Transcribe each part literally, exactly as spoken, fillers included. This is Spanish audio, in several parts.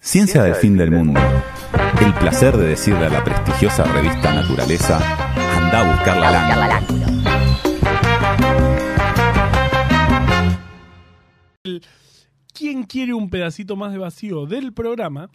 Ciencia del fin del mundo. El placer de decirle a la prestigiosa revista Naturaleza: anda a buscarla al ángulo. ¿Quién quiere un pedacito más de vacío del programa?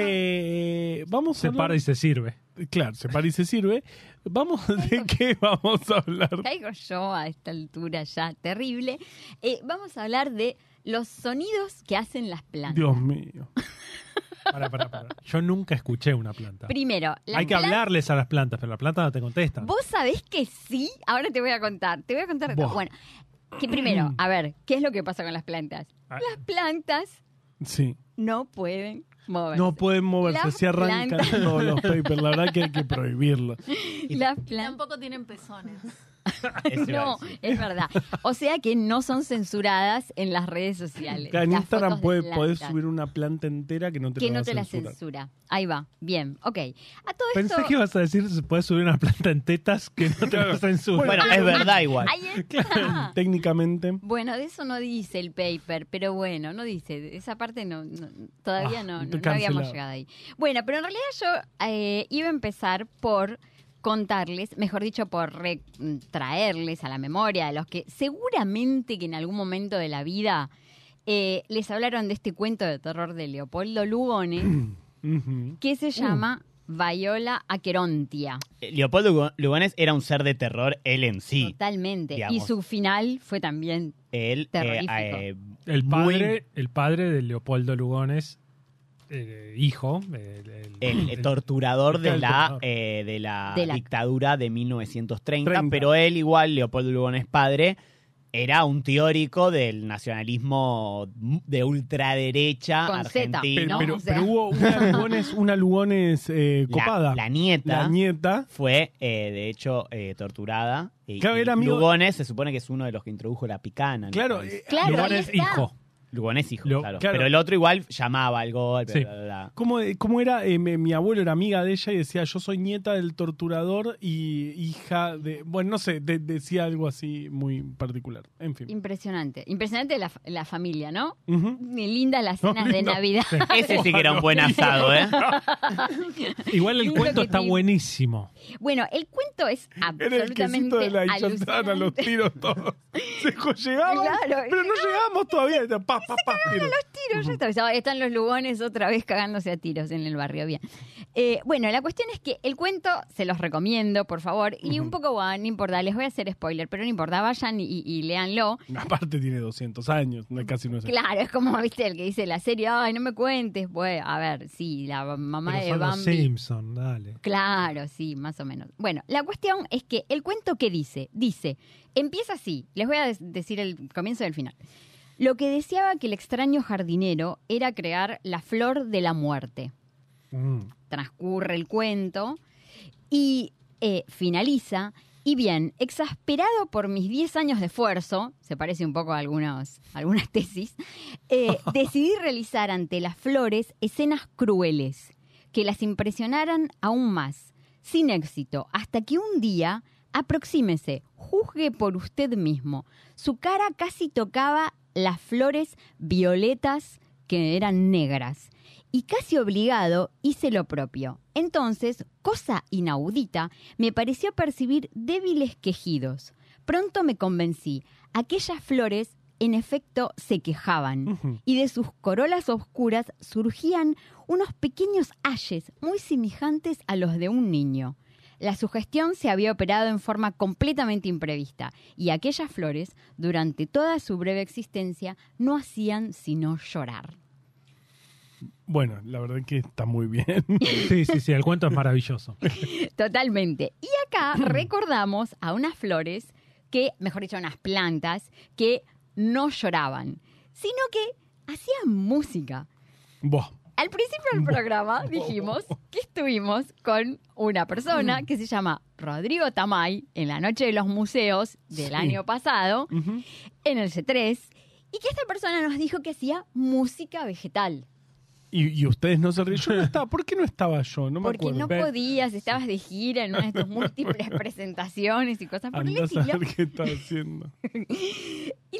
Eh, vamos a Se hablar... para y se sirve. Claro, se para y se sirve. Vamos, ¿de qué vamos a hablar? Caigo yo a esta altura ya, terrible. Eh, vamos a hablar de los sonidos que hacen las plantas. Dios mío. Para, para, para. Yo nunca escuché una planta. Primero, las Hay que plan- hablarles a las plantas, pero las plantas no te contestan. ¿Vos sabés que sí? Ahora te voy a contar. Te voy a contar. Buah. Bueno, que primero, a ver, ¿qué es lo que pasa con las plantas? Ah. Las plantas Sí. no pueden moverse. No pueden moverse, Las se arrancan plantas- todos los papers. La verdad que hay que prohibirlo. Las plantas. Tampoco tienen pezones. No, es verdad. O sea que no son censuradas en las redes sociales. En Las Instagram fotos de puede, plantas. podés subir una planta entera que no te que la va no a te la censurar. censura. Ahí va. Bien, ok. A todo Pensé esto... que ibas a decir se puede subir una planta en tetas que no te la censuran. Bueno, es verdad igual. Ahí está. Técnicamente. Bueno, de eso no dice el paper, pero bueno, no dice. Esa parte no, no- todavía Ah, no, no, no cancelado. habíamos llegado ahí. Bueno, pero en realidad yo eh, iba a empezar por contarles, mejor dicho, por re- traerles a la memoria de los que seguramente que en algún momento de la vida eh, les hablaron de este cuento de terror de Leopoldo Lugones, Ujú. que se llama Viola Aquerontia. Leopoldo Lugo- Lugones era un ser de terror él en sí. Totalmente. digamos. Y su final fue también Él, eh, Terrorífico. eh, el muy- padre, el padre de Leopoldo Lugones, eh, hijo, el, el- el, el- torturador de el la, torturador. eh, de la De la- dictadura de mil novecientos treinta, treinta. pero él igual, Leopoldo Lugones padre, era un teórico del nacionalismo de ultraderecha Con Z, Pero, argentino. ¿no? pero, O sea- pero hubo una Lugones, una Lugones eh, La- copada. La, nieta La nieta. fue, eh, de hecho, eh, torturada. Y, Claro, y era amigo- Lugones se supone que es uno de los que introdujo la picana. en el Claro, país. eh, Claro, Lugones ahí está. hijo. Lugones hijo, Lo- claro. claro. Pero el otro igual llamaba al golpe. Sí. bla, bla, bla. ¿Cómo, cómo era? Eh, mi, mi abuelo era amiga de ella y decía, yo soy nieta del torturador y hija de... Bueno, no sé, de- decía algo así muy particular. En fin. Impresionante. Impresionante la, la familia, ¿no? Ujú. Ni lindas las No, cenas de lindo. Navidad. Ese sí que era un buen asado, ¿eh? Igual el Lindo cuento que está tiene. buenísimo. Bueno, el cuento es Era el absolutamente quesito de la y ya estaban a los alucinante. tiros todos. Se jo- llegaban, Claro, pero no llegamos todavía. Pa, pa, pa, tiro. Tiros, ya está. Ya están los Lugones otra vez cagándose a tiros en el barrio. Bien. Eh, bueno, la cuestión es que el cuento se los recomiendo, por favor. Y un poco, bueno, no importa, les voy a hacer spoiler, pero no importa, vayan y, y léanlo. Aparte tiene doscientos años, no- casi no sé. Claro, es como, viste, el que dice la serie, ay, no me cuentes. Bueno, a ver, sí, la mamá Pero de son los Bambi. Simpson, dale. Claro, sí, más o menos. Bueno, la cuestión es que el cuento que dice, dice, empieza así, les voy a des- decir el comienzo y el final. Lo que deseaba que el extraño jardinero era crear la flor de la muerte. Mm. Transcurre el cuento y eh, finaliza. Y bien, exasperado por mis diez años de esfuerzo, se parece un poco a algunos, algunas tesis, eh, decidí realizar ante las flores escenas crueles que las impresionaran aún más, sin éxito, hasta que un día, aproxímese, juzgue por usted mismo. Su cara casi tocaba las flores violetas que eran negras. Y casi obligado hice lo propio. Entonces, cosa inaudita, me pareció percibir débiles quejidos. Pronto me convencí. Aquellas flores, en efecto, se quejaban. Ujú. Y de sus corolas oscuras surgían unos pequeños ayes muy semejantes a los de un niño. La sugestión se había operado en forma completamente imprevista, y aquellas flores, durante toda su breve existencia, no hacían sino llorar. Bueno, la verdad que está muy bien. Sí, sí, sí, el cuento es maravilloso. Totalmente. Y acá recordamos a unas flores que, mejor dicho, unas plantas que no lloraban, sino que hacían música. Buah. Al principio del programa dijimos que estuvimos con una persona que se llama Rodrigo Tamay en la Noche de los Museos del Sí. año pasado, Ujú. en el C tres, y que esta persona nos dijo que hacía música vegetal. Y, y ustedes no se ríen. Yo no estaba. ¿Por qué no estaba yo? No me Porque acuerdo. no podías, estabas de gira en una de tus múltiples presentaciones y cosas por el Andá a estilo. saber qué está haciendo. Y la cuestión es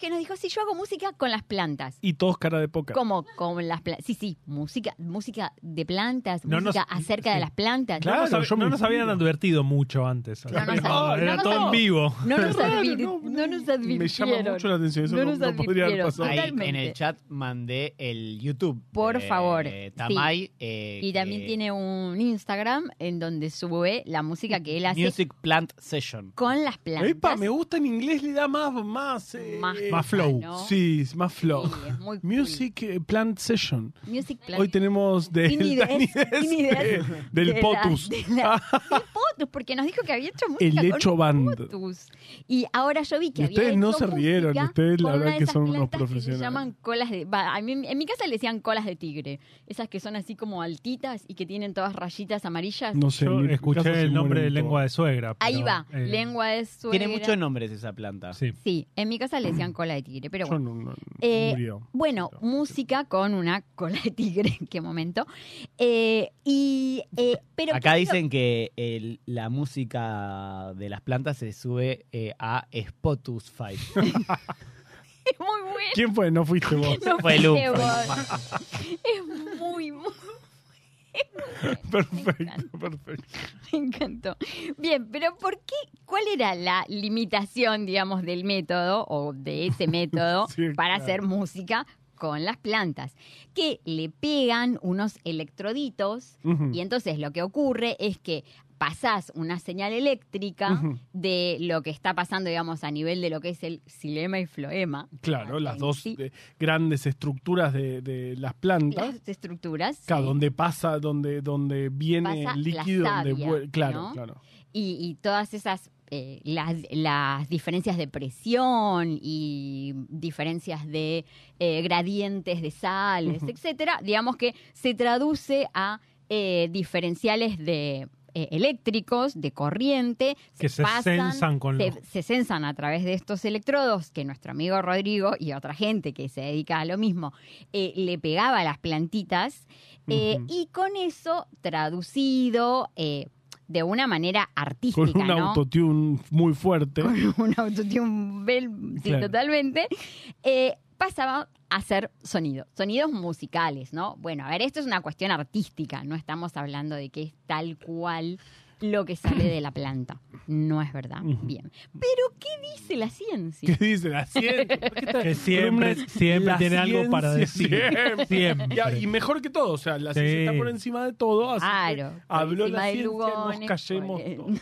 que nos dijo, sí, yo hago música con las plantas. Y todos cara de póker. Como con las plantas. Sí, sí, música, música de plantas, No música nos- acerca sí. de las plantas. Claro, no nos, hab- yo me no nos habían imagino. advertido mucho antes. No nos No, ad- era no nos todo en ad- vivo. No nos, Claro, advir- no, no nos advirtieron. Me llama mucho la atención, eso No no, nos no podría haber advirtieron. pasado. Ahí Totalmente. en el chat mandé el YouTube. Por de favor, Tamay. eh, Y también que- tiene un Instagram en donde sube la música que él hace Music Plant Session. con las plantas. Epa, me gusta en inglés, le da más, más, eh, Más, Más flow. ¿no? Sí, más flow. Sí, es muy cool. Music eh, Plant Session. Music Plant. Hoy tenemos de Sin ideas, sin ideas del de la- Potus. de la- del Potus, porque nos dijo que había hecho música El con hecho un band. Potus. Y ahora yo vi que Y había ustedes no hecho se rieron, música ustedes la con verdad una de que esas son unos plantas que profesionales. se llaman colas de... va, a mí- en mi casa le decían colas de tigre. Esas que son así como altitas y que tienen todas rayitas amarillas. No sé, Yo en mi escuché casa se el nombre de mueren lengua de todos. suegra. Ahí pero, va, eh, lengua de suegra. Tiene muchos nombres esa planta. Sí. Sí, en mi casa le decían cola de tigre, pero Yo bueno. no, no- Eh, murió. Bueno, Pero- música con una cola de tigre, en qué momento. Eh, y, eh, pero Acá ¿qué- dicen que el- la música de las plantas se sube eh, a Spotify. es muy bueno. ¿Quién fue? No fuiste vos. No Fue Lu. fuiste vos. Es muy, muy. Perfecto, perfecto. Me encantó. Bien, pero ¿por qué? ¿Cuál era la limitación, digamos, del método o de ese método Sí, para claro. hacer música con las plantas? Que le pegan unos electroditos Ujú. y entonces lo que ocurre es que pasás una señal eléctrica Ujú. de lo que está pasando, digamos, a nivel de lo que es el xilema y floema. Claro, las En dos sí, eh, grandes estructuras de, de las plantas. las estructuras. Claro, sí. donde pasa, donde, donde viene Pasa el la líquido, donde savia, vuel- Claro, ¿no? claro. Y, y todas esas, eh, las, las diferencias de presión y diferencias de eh, gradientes de sales, Ujú. etcétera, digamos que se traduce a eh, diferenciales de eh, eléctricos, de corriente, Que se pasan, censan con se, los- se censan a través de estos electrodos que nuestro amigo Rodrigo y otra gente que se dedica a lo mismo eh, le pegaba a las plantitas eh, Ujú. y con eso traducido eh, de una manera Con artística, un ¿no? autotune muy fuerte. Con un autotune bel- sí, Claro. totalmente, eh, pasaba a hacer sonido, sonidos musicales, ¿no? Bueno, a ver, esto es una cuestión artística, no estamos hablando de que es tal cual lo que sale de la planta. No es verdad. Ujú. Bien. Pero, ¿qué dice la ciencia? ¿Qué dice la ciencia? ¿Por qué está- Que siempre, columna- siempre la tiene algo para decir. ciencia Siempre. Y, a- y mejor que todo, o sea, la ciencia Sí. está por encima de todo, así Claro. que por habló encima la de ciencia, Lugones, nos callemos por- todos.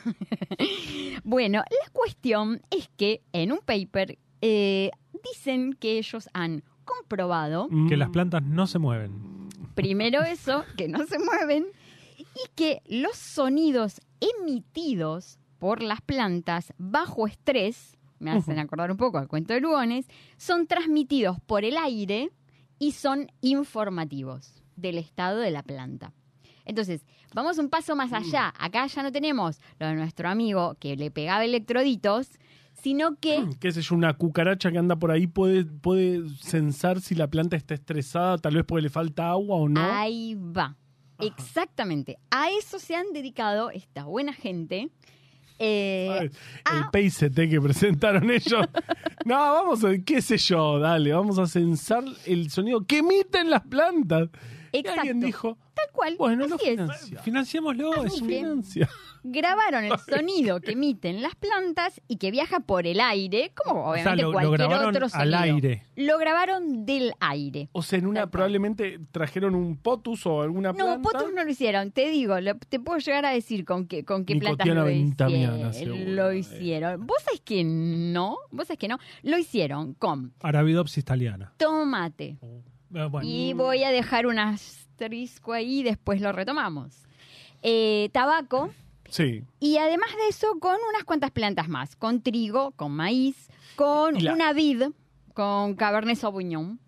Bueno, la cuestión es que en un paper eh, dicen que ellos han comprobado, Que las Mm. plantas no se mueven. primero eso, que no se mueven, y que los sonidos emitidos por las plantas bajo estrés, me hacen acordar un poco al cuento de Lugones, son transmitidos por el aire y son informativos del estado de la planta. Entonces, vamos un paso más allá. Acá ya no tenemos lo de nuestro amigo que le pegaba electroditos, sino que Qué sé yo, una cucaracha que anda por ahí puede, puede censar si la planta está estresada, tal vez porque le falta agua o no. ahí va. Exactamente. A eso se han dedicado esta buena gente. Eh, Ay, ah. El P I C T que presentaron ellos. No, vamos a, qué sé yo, dale, vamos a censar el sonido que emiten las plantas. Y Exacto. alguien dijo, Tal cual. bueno, lo así es. financia. Financiémoslo. Así Es un- que- Financia. Grabaron el sonido que emiten las plantas y que viaja por el aire, como O sea, obviamente lo, lo cualquier grabaron otro al sonido. aire. Lo grabaron del aire. O sea, en una Tal cual. probablemente trajeron un potus o alguna No, planta. Potus no lo hicieron, te digo, lo- te puedo llegar a decir con qué, con qué plantas Nicotiana lo ventamiana, hicieron. seguro. Lo hicieron. Vos sabés que no, vos sabés que no. Lo hicieron con Arabidopsis italiana. tomate. Eh, bueno, Y voy a dejar un asterisco ahí y después lo retomamos. Eh, tabaco. Sí. Y además de eso, con unas cuantas plantas más. Con trigo, con maíz, con Y la- una vid, con Cabernet Sauvignon.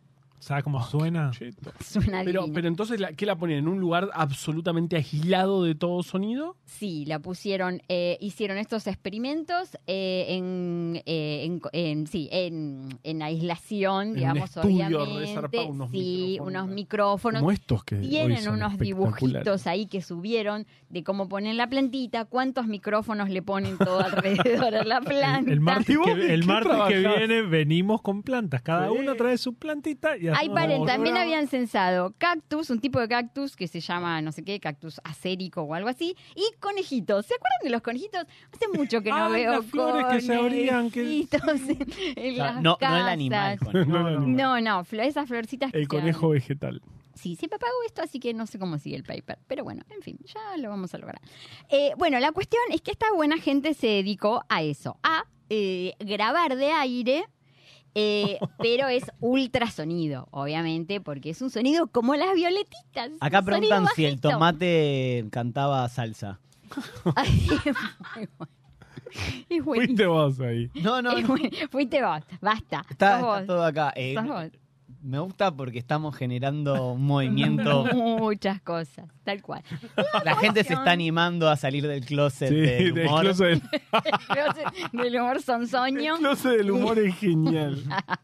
¿Sabes cómo suena? Cheto. Suena Pero, divino. pero entonces, la- ¿qué la ponen? ¿En un lugar absolutamente aislado de todo sonido? Sí, la pusieron, eh, hicieron estos experimentos eh, en, eh, en, en- sí, en, en aislación, un digamos, estudio obviamente. resarpado, unos sí, micrófonos. unos micrófonos. Como estos que hoy Tienen son unos espectaculares. dibujitos ahí que subieron de cómo ponen la plantita, cuántos micrófonos le ponen todo alrededor a la planta. El martes, ¿Y vos que, en el qué martes que trabajás? viene venimos con plantas. Cada Sí. uno trae su plantita y Ay, hacemos paren, un también programa. habían censado cactus, un tipo de cactus que se llama, no sé qué, cactus acérico o algo así, y conejitos. ¿Se acuerdan de los conejitos? Hace mucho que no Ah, veo las flores que se abrían, que- conejitos en, en O sea, las no, no casas. el animal. con- No, no, no. No, no, flo- esas florcitas que El se conejo abren. vegetal. Sí, se me apagó esto, así que no sé cómo sigue el paper. Pero bueno, en fin, ya lo vamos a lograr. Eh, bueno, la cuestión es que esta buena gente se dedicó a eso, a eh, grabar de aire. Eh, pero es ultrasonido, obviamente, porque es un sonido como las violetitas. Acá un sonido preguntan si el bajito. tomate cantaba salsa. Ay, es muy bueno. Es buenísimo. Fuiste vos ahí. No, no, Es no. buen- Fuiste vos, basta. Está, sos está vos, todo acá. Eh, sos vos. me gusta porque estamos generando un movimiento. Muchas cosas, tal cual. La gente se está animando a salir del closet Sí, del del humor. closet del, Del humor sonsoño. el closet del humor es genial.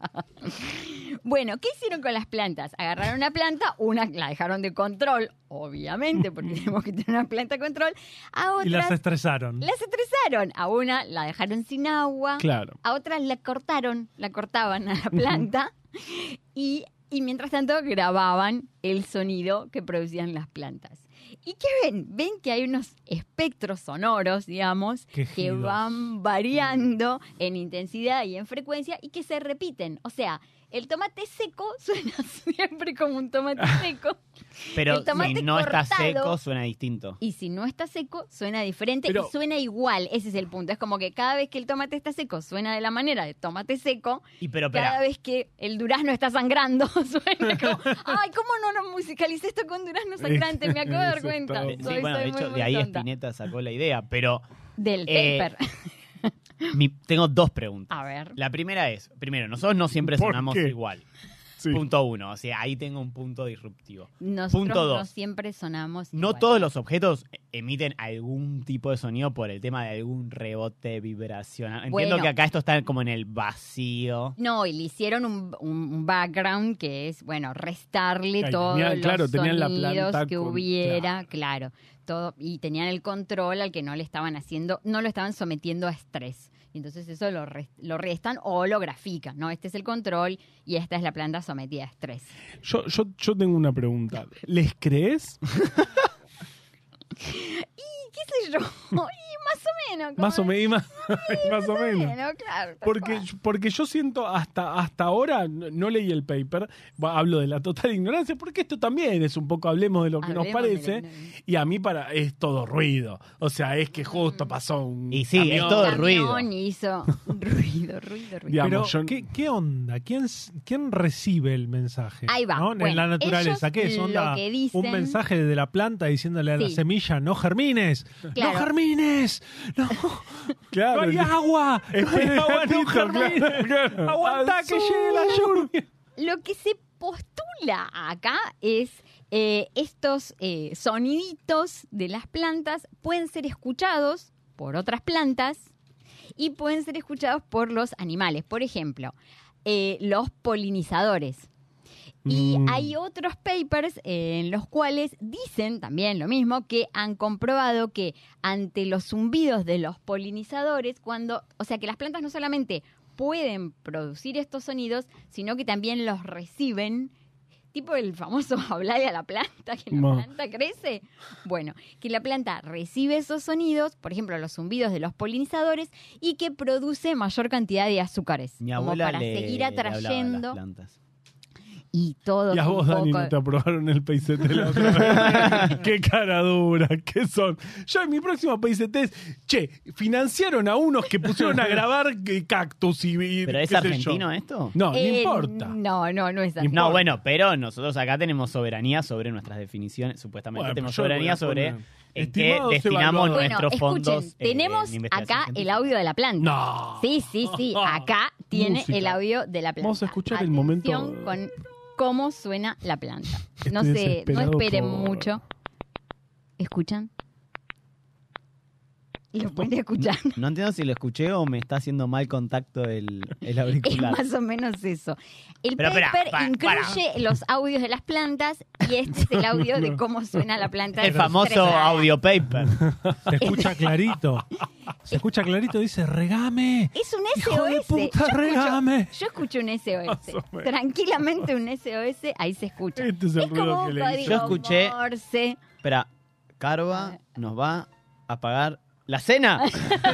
Bueno, ¿qué hicieron con las plantas? Agarraron una planta, una la dejaron de control, obviamente, porque tenemos que tener una planta de control. A Y las otras estresaron. las estresaron. A una la dejaron sin agua. Claro. A otras la cortaron, la cortaban a la planta. y, y mientras tanto grababan el sonido que producían las plantas. ¿Y qué ven? Ven que hay unos espectros sonoros, digamos, que Quejidos. van variando en intensidad y en frecuencia y que se repiten. O sea, el tomate seco suena siempre como un tomate seco. Pero el tomate si no está cortado- seco, suena distinto. Y si no está seco, suena diferente Pero- y suena igual. Ese es el punto. Es como que cada vez que el tomate está seco, suena de la manera de tomate seco. Y pero, Cada espera, vez que el durazno está sangrando, suena como, ay, ¿cómo no, no musicalicé esto con durazno sangrante? Me acabo de dar Eso cuenta. está de- bueno. sí, Soy- bueno, soy de muy, hecho, muy de ahí tonta. Spinetta sacó la idea. Pero Del Eh, paper. mi- tengo dos preguntas. A ver. La primera es, primero, nosotros no siempre ¿Por sonamos qué? igual. Sí. Punto uno. O sea, ahí tengo un punto disruptivo. Nosotros punto no dos. siempre sonamos No igual. todos los objetos emiten algún tipo de sonido por el tema de algún rebote vibracional. Entiendo Bueno. que acá esto está como en el vacío. No, y le hicieron un, un background que es, bueno, restarle Ay, todos tenían- los claro, tenían la sonidos planta que con- hubiera, claro. todo y tenían el control al que no le estaban haciendo, no lo estaban sometiendo a estrés. Y entonces eso lo, res- lo restan o lo grafican, ¿no? Este es el control y esta es la planta sometida a estrés. Yo, yo, yo tengo una pregunta. ¿Les crees? ¿Qué sé yo? Y más o menos. como- Más o menos. Más, más o menos. Bueno, claro. tal Porque, cual. porque yo siento hasta, hasta ahora, no, no leí el paper, va, hablo de la total ignorancia, porque esto también es un poco, hablemos de lo que nos Hablemos de parece, la ignorancia. y a mí para es todo ruido. O sea, es que justo pasó un Y sí, camión. es todo El ruido. camión hizo ruido, ruido, ruido. Digamos, Pero, yo- ¿qué, qué onda? ¿Quién, s- ¿Quién recibe el mensaje? Ahí va. ¿No? Bueno, en la naturaleza, ellos ¿qué es? lo Onda, que dicen- un mensaje de la planta diciéndole a la Sí. semilla, no germines, Claro. no germines, no, Claro, no hay el- agua, no hay Espera, agua, no gatito, germines. claro, claro. Aguantá Al que llegue la sur. lluvia. Lo que se postula acá es eh, estos eh, soniditos de las plantas pueden ser escuchados por otras plantas y pueden ser escuchados por los animales. Por ejemplo, eh, los polinizadores. Y Mm. hay otros papers en los cuales dicen también lo mismo, que han comprobado que ante los zumbidos de los polinizadores, cuando, o sea que las plantas no solamente pueden producir estos sonidos, sino que también los reciben, tipo el famoso hablarle a la planta, que la No. planta crece. Bueno, que la planta recibe esos sonidos, por ejemplo, los zumbidos de los polinizadores, y que produce mayor cantidad de azúcares, Mi como abuela para le, seguir le hablaba a las atrayendo. plantas. Y todo Y a un vos, Dani, poco- no te aprobaron el P I C T la otra vez. Qué cara dura, ¿qué son? Yo en mi próximo P I C T es, che, financiaron a unos que pusieron a grabar eh, cactus y, y ¿Pero es qué sé argentino yo. esto? No, no Eh, importa. No, no, no es así. No, bueno, pero nosotros acá tenemos soberanía sobre nuestras definiciones, supuestamente Bueno, tenemos yo voy a soberanía sobre poner, en qué estimados destinamos evaluadores. Bueno, nuestros escuchen, fondos. eh, tenemos en investigación acá el científica. audio de la planta. No. Sí, sí, sí, acá tiene Música. el audio de la planta. Vamos a escuchar el Atención momento- con, cómo suena la planta. No Estoy sé, no desesperado esperen por- mucho. ¿Escuchan? ¿Lo pueden escuchar? No entiendo si lo escuché o me está haciendo mal contacto el, el Es auricular. más o menos eso. El Pero, espera, paper pa- incluye los audios de las plantas y este es el audio de cómo suena la planta. El famoso estresada. audio paper. Se escucha clarito. Se escucha clarito, dice, regame. Es un Hijo S O de S. puta, yo, escucho, regame. yo escucho un S O S. Más o menos. Tranquilamente un S O S, ahí se escucha. Este es el es ruido como que un le hice. código Yo escuché- Morse. Espera, Carva nos va a pagar la cena.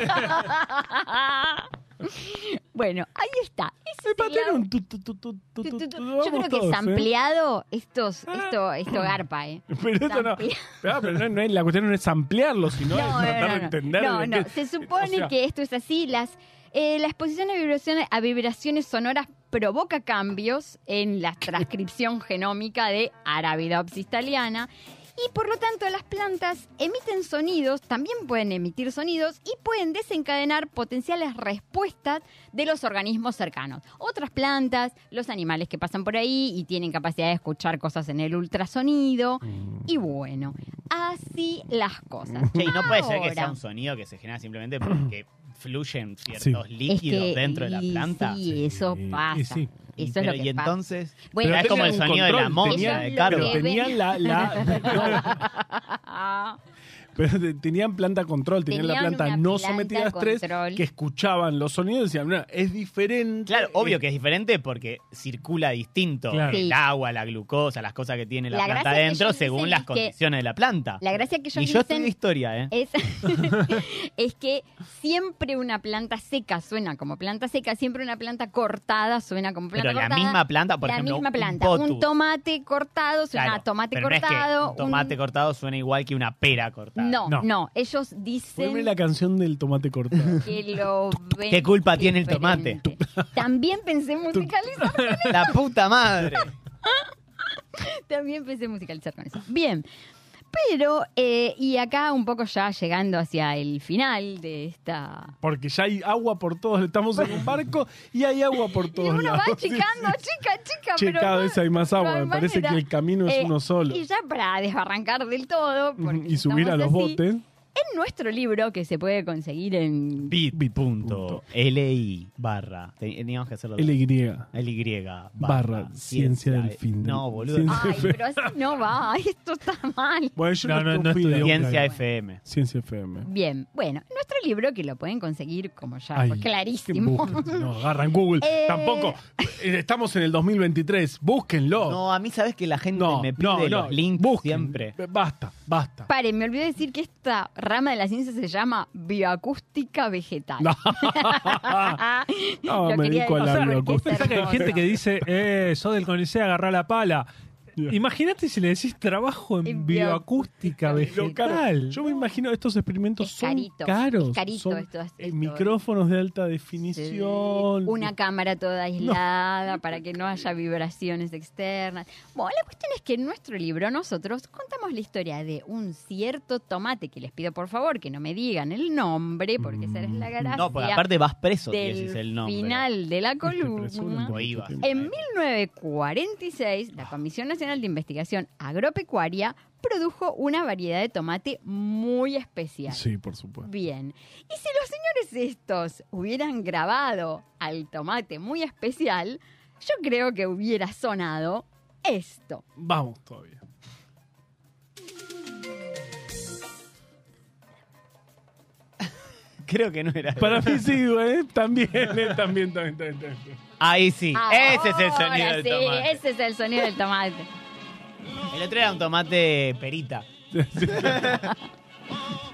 Bueno, ahí está. Ese El es el patero, audio. un tu, tu, tu, tu, tu, Tu, tu, tu, tu, tu. vamos Yo creo que todos, ¿eh? sampleado, estos, esto, esto garpa, ¿eh? Pero eso no. Samplea- Ah, pero no, no es- la cuestión no es ampliarlo, sino es No, tratar no, de no, entender. no, de no. qué- Se supone o sea, que esto es así. Las, eh, la exposición a vibraciones, a vibraciones sonoras provoca cambios en la transcripción genómica de Arabidopsis thaliana. Y por lo tanto las plantas emiten sonidos, también pueden emitir sonidos y pueden desencadenar potenciales respuestas de los organismos cercanos. Otras plantas, los animales que pasan por ahí y tienen capacidad de escuchar cosas en el ultrasonido. Y bueno, así las cosas. Che, y no puede ser que sea Ahora, un sonido que se genera simplemente porque fluyen ciertos Sí. líquidos es que- dentro de la y planta. Sí, eso Sí, pasa. y sí. Eso Pero, es lo que y pasa. entonces, Bueno, es como el tenían un sonido de la control, moza tenían- de lo Carva. Pero que tenían la. la Ah, pero te- tenían planta control, tenían, la Tenían planta una no planta sometida a estrés control. que escuchaban los sonidos y decían, no, es diferente. Claro, obvio Eh, que es diferente porque circula distinto Claro. el Sí. agua, la glucosa, las cosas que tiene la, La planta gracia que adentro ellos según dicen las es que- condiciones de la planta. la gracia que ellos y yo dicen estudio historia, ¿eh? es, es que siempre una planta seca suena como planta seca, siempre una planta cortada suena como planta Pero la cortada. misma planta, por la ejemplo, misma un planta. Un, potus. tomate cortado suena Claro, a tomate pero no es que cortado. un tomate un- cortado suena igual que una pera cortada. No, no, No. ellos Poneme dicen la canción del tomate cortado. que lo ven ¿Qué culpa tiene el tomate? diferente. También pensé musicalizar. La puta madre. También pensé musicalizar con eso. Bien. Pero, eh, y acá un poco ya llegando hacia el final de esta... Porque ya hay agua por todos, estamos en un barco y hay agua por Y todos uno lados. va achicando, chica, chica, Che, pero cada no- vez hay más no agua, hay me parece manera. que el camino es Eh, uno solo. Y ya para desbarrancar del todo, porque Y subir a estamos los así, botes. En nuestro libro, que se puede conseguir en... bit.li barra. Teníamos que hacerlo. L Y. L-Y Barra ciencia del fin del- No, boludo. Ciencia- Ay, pero así no va, esto está mal. Bueno, yo No, no, no, no confío. estudié. Ciencia F M. Ciencia F M. Bien, bueno, nuestro libro que lo pueden conseguir, como ya Ay, fue qué clarísimo. busquen. No, agarran Google. Eh. Tampoco. Eh, Estamos en el dos mil veintitrés. Búsquenlo. No, a mí sabes que la gente no, me pide no, no. los links Busquen. siempre. Basta, basta. Paren, me olvidé decir que esta rama de la ciencia se llama bioacústica vegetal. No. No, Lo me quería dedico a la decir porque es bioacústica. Pensá que hay hermoso. gente que dice, eh, sos del CONICET, agarrá la pala. Yeah. Imagínate si le decís trabajo en En bioacústica bioacústica. Lo caro. vegetal. Yo me imagino estos experimentos Es son carito, caros. es carito Son, esto, es- eh, esto. micrófonos de alta Sí, definición. una cámara toda aislada para que no haya vibraciones externas. Bueno, la cuestión es que en nuestro libro nosotros contamos la historia de un cierto tomate, que les pido por favor que no me digan el nombre, porque esa es la gracia No, porque aparte vas preso si del decís el nombre. final de la presuren columna. mucho O ibas. tiempo. En mil novecientos cuarenta y seis, la Comisión Nacional de Investigación Agropecuaria produjo una variedad de tomate muy especial. Sí, por supuesto. Bien. Y si los señores estos hubieran grabado al tomate muy especial, yo creo que hubiera sonado esto. Vamos todavía. Creo que no era. Para mí sí, ¿eh? También, eh, también, también, también, también. Ahí sí. Ese es el Ahora sonido del sí, tomate. ese es el sonido del tomate. El otro era un tomate perita.